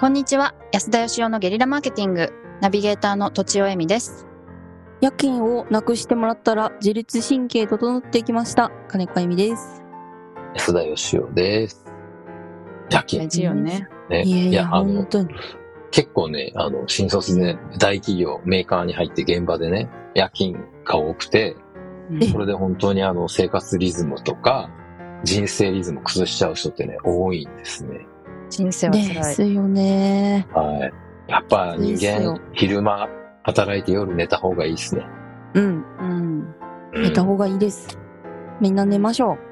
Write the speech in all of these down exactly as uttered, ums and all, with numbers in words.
こんにちは、安田義雄のゲリラマーケティングナビゲーターのとちおえみです。 夜勤をなくしてもらったら自律神経整ってきました。金子由美です。 安田義雄です。夜勤大事よね。 ねいやいや、 いやあの本当に。 結構ね、あの、新卒で大企業、メーカーに入って現場でね、夜勤が多くて、 うんそれで本当にあの、生活リズムとか、人生リズム崩しちゃう人ってね、多いんですね。 人生はで辛い。 すよね。 はい。やっぱ人ですよ間、昼間働いて夜寝た方がいいですね。 うん。 うん。 うん寝た方がいいです。みんな寝ましょう。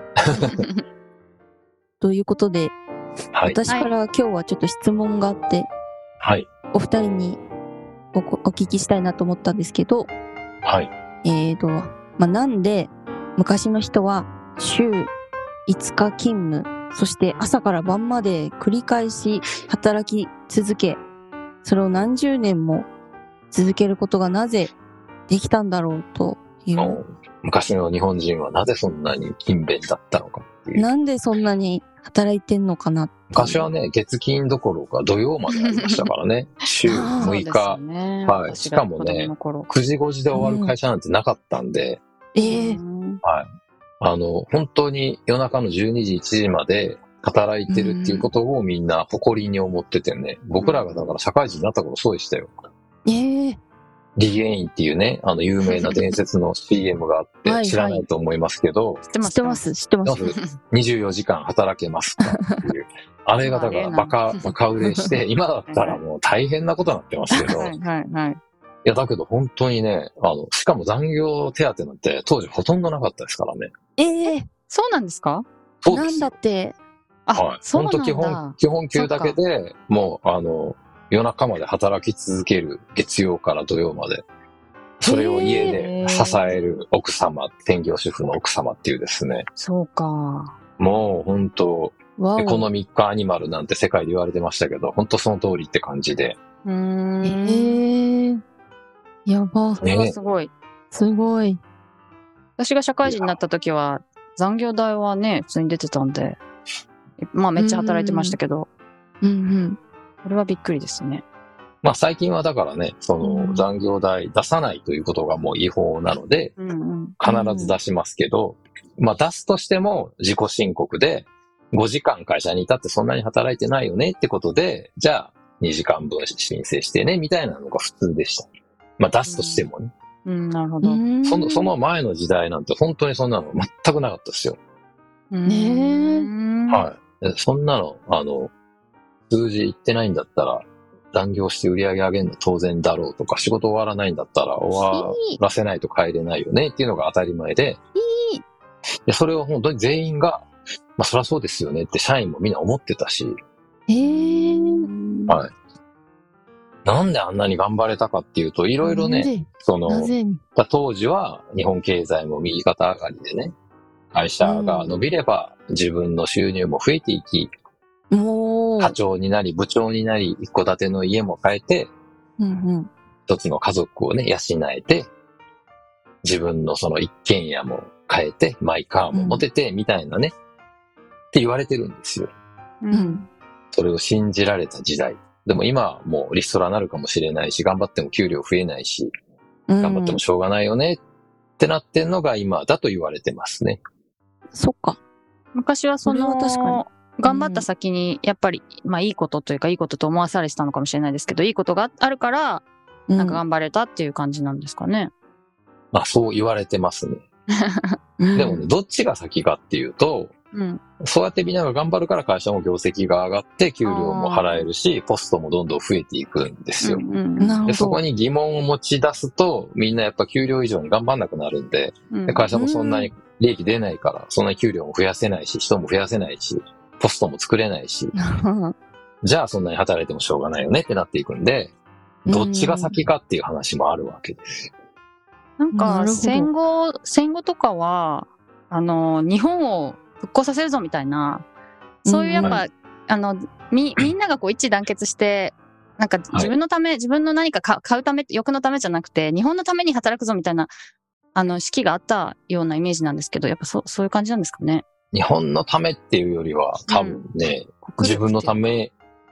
ということで、 はい。 私から今日はちょっと質問があって、 はい。 お二人におお聞きしたいなと思ったんですけど、 はい。 えーと、まあ、なんで昔の人は週いつか勤務、そして朝から晩まで繰り返し働き続け、それを何十年も続けることがなぜできたんだろうという、 昔の日本人はなぜそんなに勤勉だったのかっていう。 なんでそんなに働いてんのかなっていう。 昔はね、月金どころか土曜までありましたからね。週6 そうですよ日、 ね。 はい私が子供しかもねの頃くじごじで終わる会社なんてなかったんで、 ええうんはい。あの、本当に夜中のじゅうにじ、いちじまで働いてるっていうことをみんな誇りに思っててね、僕らがだから社会人になった頃そうでしたよ。 ええリゲインっていうね、あの有名な伝説の シーエム があってはいはい知らないと思いますけど、 知ってます。 知ってま。す、知ってま。 ますずにじゅうよじかん働けますかっていう。あれがだからバカ、バカ売れして、今だったらもう大変なことになってますけど、 はいはいはい。 いや、だけど本当にね、あの、しかも残業手当なんて当時ほとんどなかったですからね。 ええそうなんですか？ なんそうですよ。 だって、 あ、 はい。 そうなんだ。 本当基本、基本給だけで、もう、あの、夜中まで働き続ける月曜から土曜まで。それを家で支える奥様、専業主婦の奥様っていうですね。 そうか。 もう本当、 わエコノお。 ミックアニマルなんて世界で言われてましたけど、本当その通りって感じで。 うーん。 ええやば。 それはすごい。 すごい。 私が社会人になった時は残業代はね、普通に出てたんで、まあめっちゃ働いてましたけど、 うんうん。 これはびっくりですね。 まあ最近はだからね、そうんの残業代出さないということがもう違法なので、 うんうん。 必ず出しますけど、まあ出すとしても自己申告で、ごじかん会社にいたってそんなに働いてないよねってことで、じゃあにじかんぶん申請してね、みたいなのが普通でした。まあ出すとしてもね。 うん、なるほど。 その、その前の時代なんて本当にそんなの全くなかったですよ。 ねえはい。そんなの、あの、数字いってないんだったら、残業して売り上げ上げるの当然だろうとか、仕事終わらないんだったら終わらせないと帰れないよねっていうのが当たり前で、 いいでそれを本当に全員が、まあそりゃそうですよねって社員もみんな思ってたし、 ええはい。なんであんなに頑張れたかっていうと、いろいろね、その、 なぜ当時は日本経済も右肩上がりでね、会社が伸びれば自分の収入も増えていき、 もう、 課長になり部長になり一戸建ての家も買えて、 うんうん。 一つの家族をね、養えて、自分のその一軒家も買えて、マイカーも持てて、みたいなね、って言われてるんですよ。 ううんん。 それを信じられた時代。でも今はもうリストラになるかもしれないし、頑張っても給料増えないし、頑張ってもしょうがないよねってなってんのが今だと言われてますね。 そっか。 昔はそそれは確かの、頑張った先に、やっぱり、まあいいことというか、いいことと思わされてたのかもしれないですけど、いいことがあるから、 うなんか頑張れたっていう感じなんですかね。 まあそう言われてますね。 うんでもね、どっちが先かっていうと、 うん。 そうやってみんなが頑張るから会社も業績が上がって給料も払えるし、ポストもどんどん増えていくんですよ。 うんうんなるほど。 でそこに疑問を持ち出すと、みんなやっぱ給料以上に頑張んなくなるんで、 うんで会社もそんなに利益出ないから、そんなに給料も増やせないし、人も増やせないし、ポストも作れないし、じゃあそんなに働いてもしょうがないよねってなっていくんで、どっちが先かっていう話もあるわけです。 なんかなるほど戦後、戦後とかは、あの、日本を復興させるぞみたいな、そういうやっぱ、 うんあの、み、みんながこう一致団結して、なんか自分のため、自分の何か買買うため、欲のためじゃなくて、日本のために働くぞみたいな、あの、式があったようなイメージなんですけど、やっぱそ、そういう感じなんですかね。 日本のためっていうよりは、多分ね、自分のため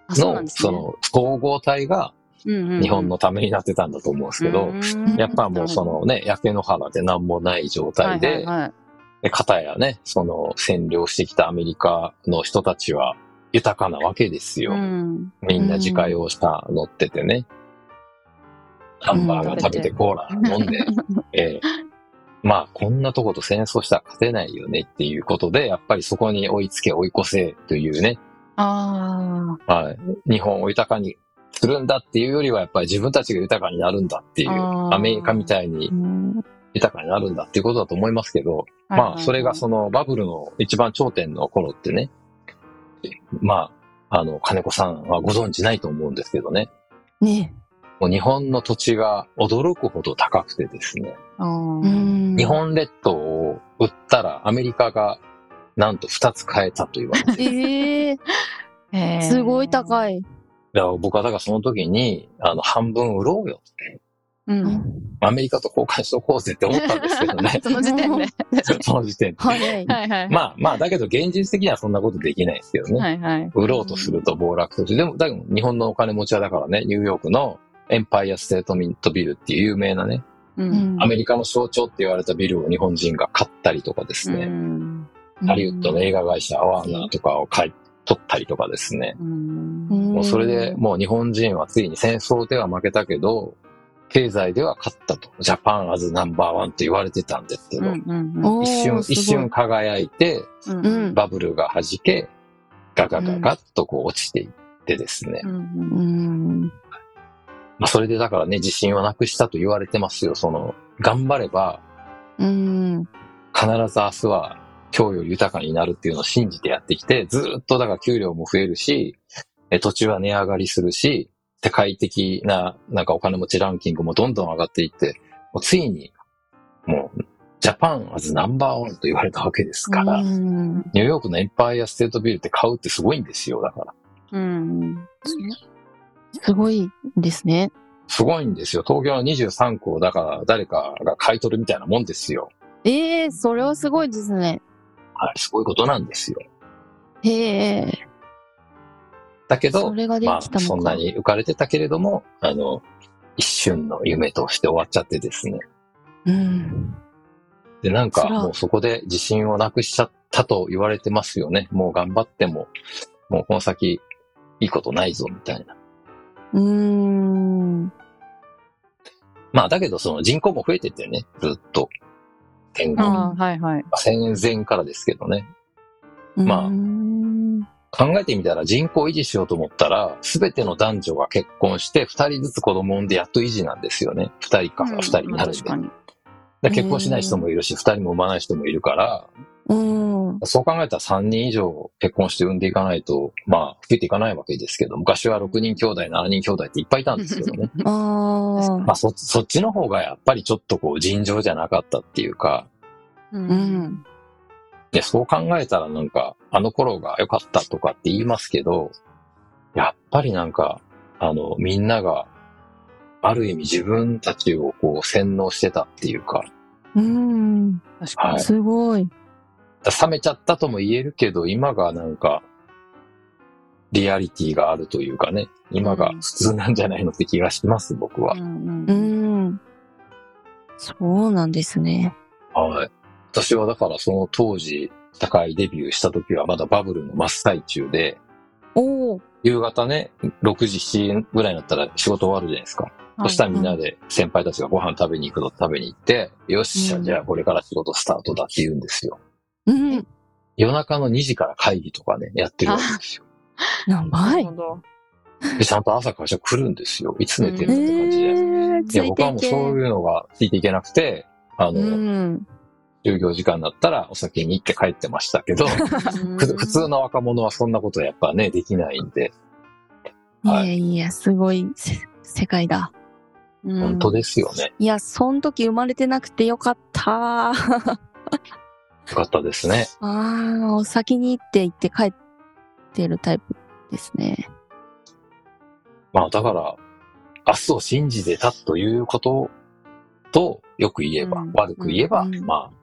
あ、そうなの、 んですね。 その、総合体がうんうんうん日本のためになってたんだと思うんですけど、 うんやっぱもうそのね、焼け野原で何もない状態で、 はいはいはいで、片やね、その占領してきたアメリカの人たちは豊かなわけですよ。 うんみんな自家用車乗っててね。ハンバーガー食べてコーラ飲んで、ええまあ、こんなとこと戦争したら勝てないよねっていうことで、やっぱりそこに追いつけ追い越せというね、 あはい、日本を豊かにするんだっていうよりは、やっぱり自分たちが豊かになるんだっていう、 あーアメリカみたいにうん豊かになるんだっていうことだと思いますけど、 あ。 まあ、それがそのバブルの一番頂点の頃ってね、まあ、あの、金子さんはご存知ないと思うんですけどね、 ねもう日本の土地が驚くほど高くてですね、 あーうん日本列島を売ったらアメリカがなんとふたつ買えたと言われて、 ええへーすごい高い。 だから僕はだからその時に、あの、半分売ろうよって、 うん。 アメリカと交換しとこうぜって思ったんですけどね、 その時点で。 その時点で。 早い。 はいはい。 まあまあ、だけど現実的にはそんなことできないですけどね。 はいはい。 売ろうとすると暴落するし、でも、だから日本のお金持ちはだからね、ニューヨークのエンパイアステートミントビルっていう有名なね、 う。 うんんアメリカの象徴って言われたビルを日本人が買ったりとかですね、 うんハリウッドの映画会社ワーナーとかを買い取ったりとかですね。 うんもうそれでもう日本人はついに戦争では負けたけど、経済では勝ったと。ジャパンアズナンバーワンと言われてたんですけど、 うんうんおー一瞬、 すごい一瞬輝いて、 うんうんバブルが弾け、ガガガガッとこう落ちていってですね。 うんうんまあそれでだからね、自信をなくしたと言われてますよ。その、頑張ればうん必ず明日は今日より豊かになるっていうのを信じてやってきて、ずーっとだから給料も増えるし、え土地は値上がりするし、世界的ななんかお金持ちランキングもどんどん上がっていって、もうついにもうジャパンアズナンバーワンと言われたわけですから、 うんニューヨークのエンパイアステートビルって買うってすごいんですよ、だから。 うん。 すごいですね。 すごいんですよ。東京のにじゅうさんこをだから誰かが買い取るみたいなもんですよ。 ええそれはすごいですね。 はい、そういうことなんですよ。 へえ。 だけどそ、れがでまあ、 きたのか。 そんなに浮かれてたけれども、あの、一瞬の夢として終わっちゃってですね。 うん。 で、なんかそらもうそこで自信をなくしちゃったと言われてますよね。もう頑張っても、もうこの先いいことないぞ、みたいな。 うーん。 まあ、だけどその人口も増えててね、ずっと。戦後、 ああ、はいはい。 戦前からですけどね。まあうーん考えてみたら人口維持しようと思ったら、すべての男女が結婚して二人ずつ子供を産んでやっと維持なんですよね。二人かうん二人になるんで。 確かに。 で結婚しない人もいるし、二人も産まない人もいるから、 うん。 そう考えたらさんにん以上結婚して産んでいかないと、まあ、増えていかないわけですけど、昔はろくにん兄弟、しちにん兄弟っていっぱいいたんですけどね。 ああ。 まあ、そ、そっちの方がやっぱりちょっとこう尋常じゃなかったっていうか、 う。 うんん。 で、そう考えたらなんか、あの頃が良かったとかって言いますけど、やっぱりなんか、あの、みんなが、ある意味自分たちをこう洗脳してたっていうか、 うん。 確かに。 すごい。 冷めちゃったとも言えるけど、今がなんか、リアリティがあるというかね、今が普通なんじゃないのって気がします、僕はう。んううんん。そうなんですね。 はい。私はだからその当時、社会デビューした時はまだバブルの真っ最中で、 おお。 夕方ね、ろくじ、しちじぐらいになったら仕事終わるじゃないですか。そしたらみんなで先輩たちがご飯食べに行くの食べに行って、よっしゃ、 うんじゃあこれから仕事スタートだって言うんですよ。 うん。 夜中のにじから会議とかね、やってるわけですよ。 やばいなるほ。ど。 で、ちゃんと朝会社来るんですよ。いつ寝てえるのって感じで。 ー、 いや、僕はもうそういうのがついていけなくて、あの、 うん。 就業時間になったらお酒に行って帰ってましたけど、ふ普通の若者はそんなことやっぱね、できないんで、 いやはいいや、すごいせ世界だ。 うん本当ですよね。 いや、そん時生まれてなくてよかった。あよかったですね。 あ、お先に行って行って帰ってるタイプですね。 まあだから、明日を信じてたということと、よく言えば、 うん悪く言えば、 うんまあ、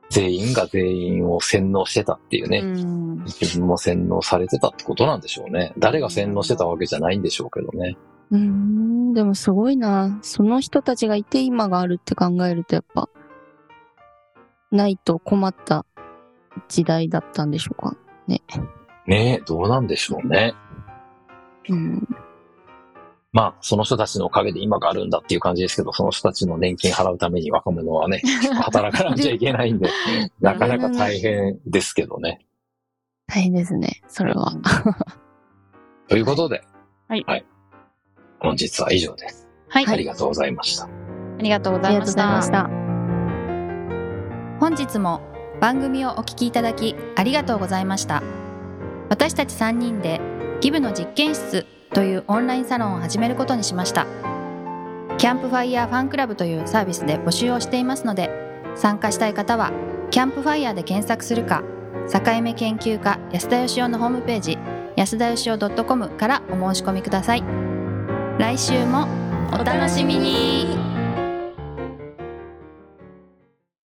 全員が全員を洗脳してたっていうね、 うん。 自分も洗脳されてたってことなんでしょうね。誰が洗脳してたわけじゃないんでしょうけどね。 うーん、でもすごいな。その人たちがいて今があるって考えるとやっぱ、ないと困った時代だったんでしょうかね。 ねえ、どうなんでしょうね。 うん。 まあ、その人たちのおかげで今があるんだっていう感じですけど、その人たちの年金払うために若者はね、働かなきゃいけないんで、なかなか大変ですけどね。 大変ですね、それは。 ということで、 はい。 はい。本日は以上です。 はい。 ありがとうございました。 ありがとうごありがとうございましたざいまし。た。 本日も番組をお聞きいただきありがとうございました。私たちさんにんでギブの実験室というオンラインサロンを始めることにしました。キャンプファイヤーファンクラブというサービスで募集をしていますので、参加したい方はキャンプファイヤーで検索するか、境目研究家安田義雄のホームページ安田義雄 .com からお申し込みください。来週もお楽しみに。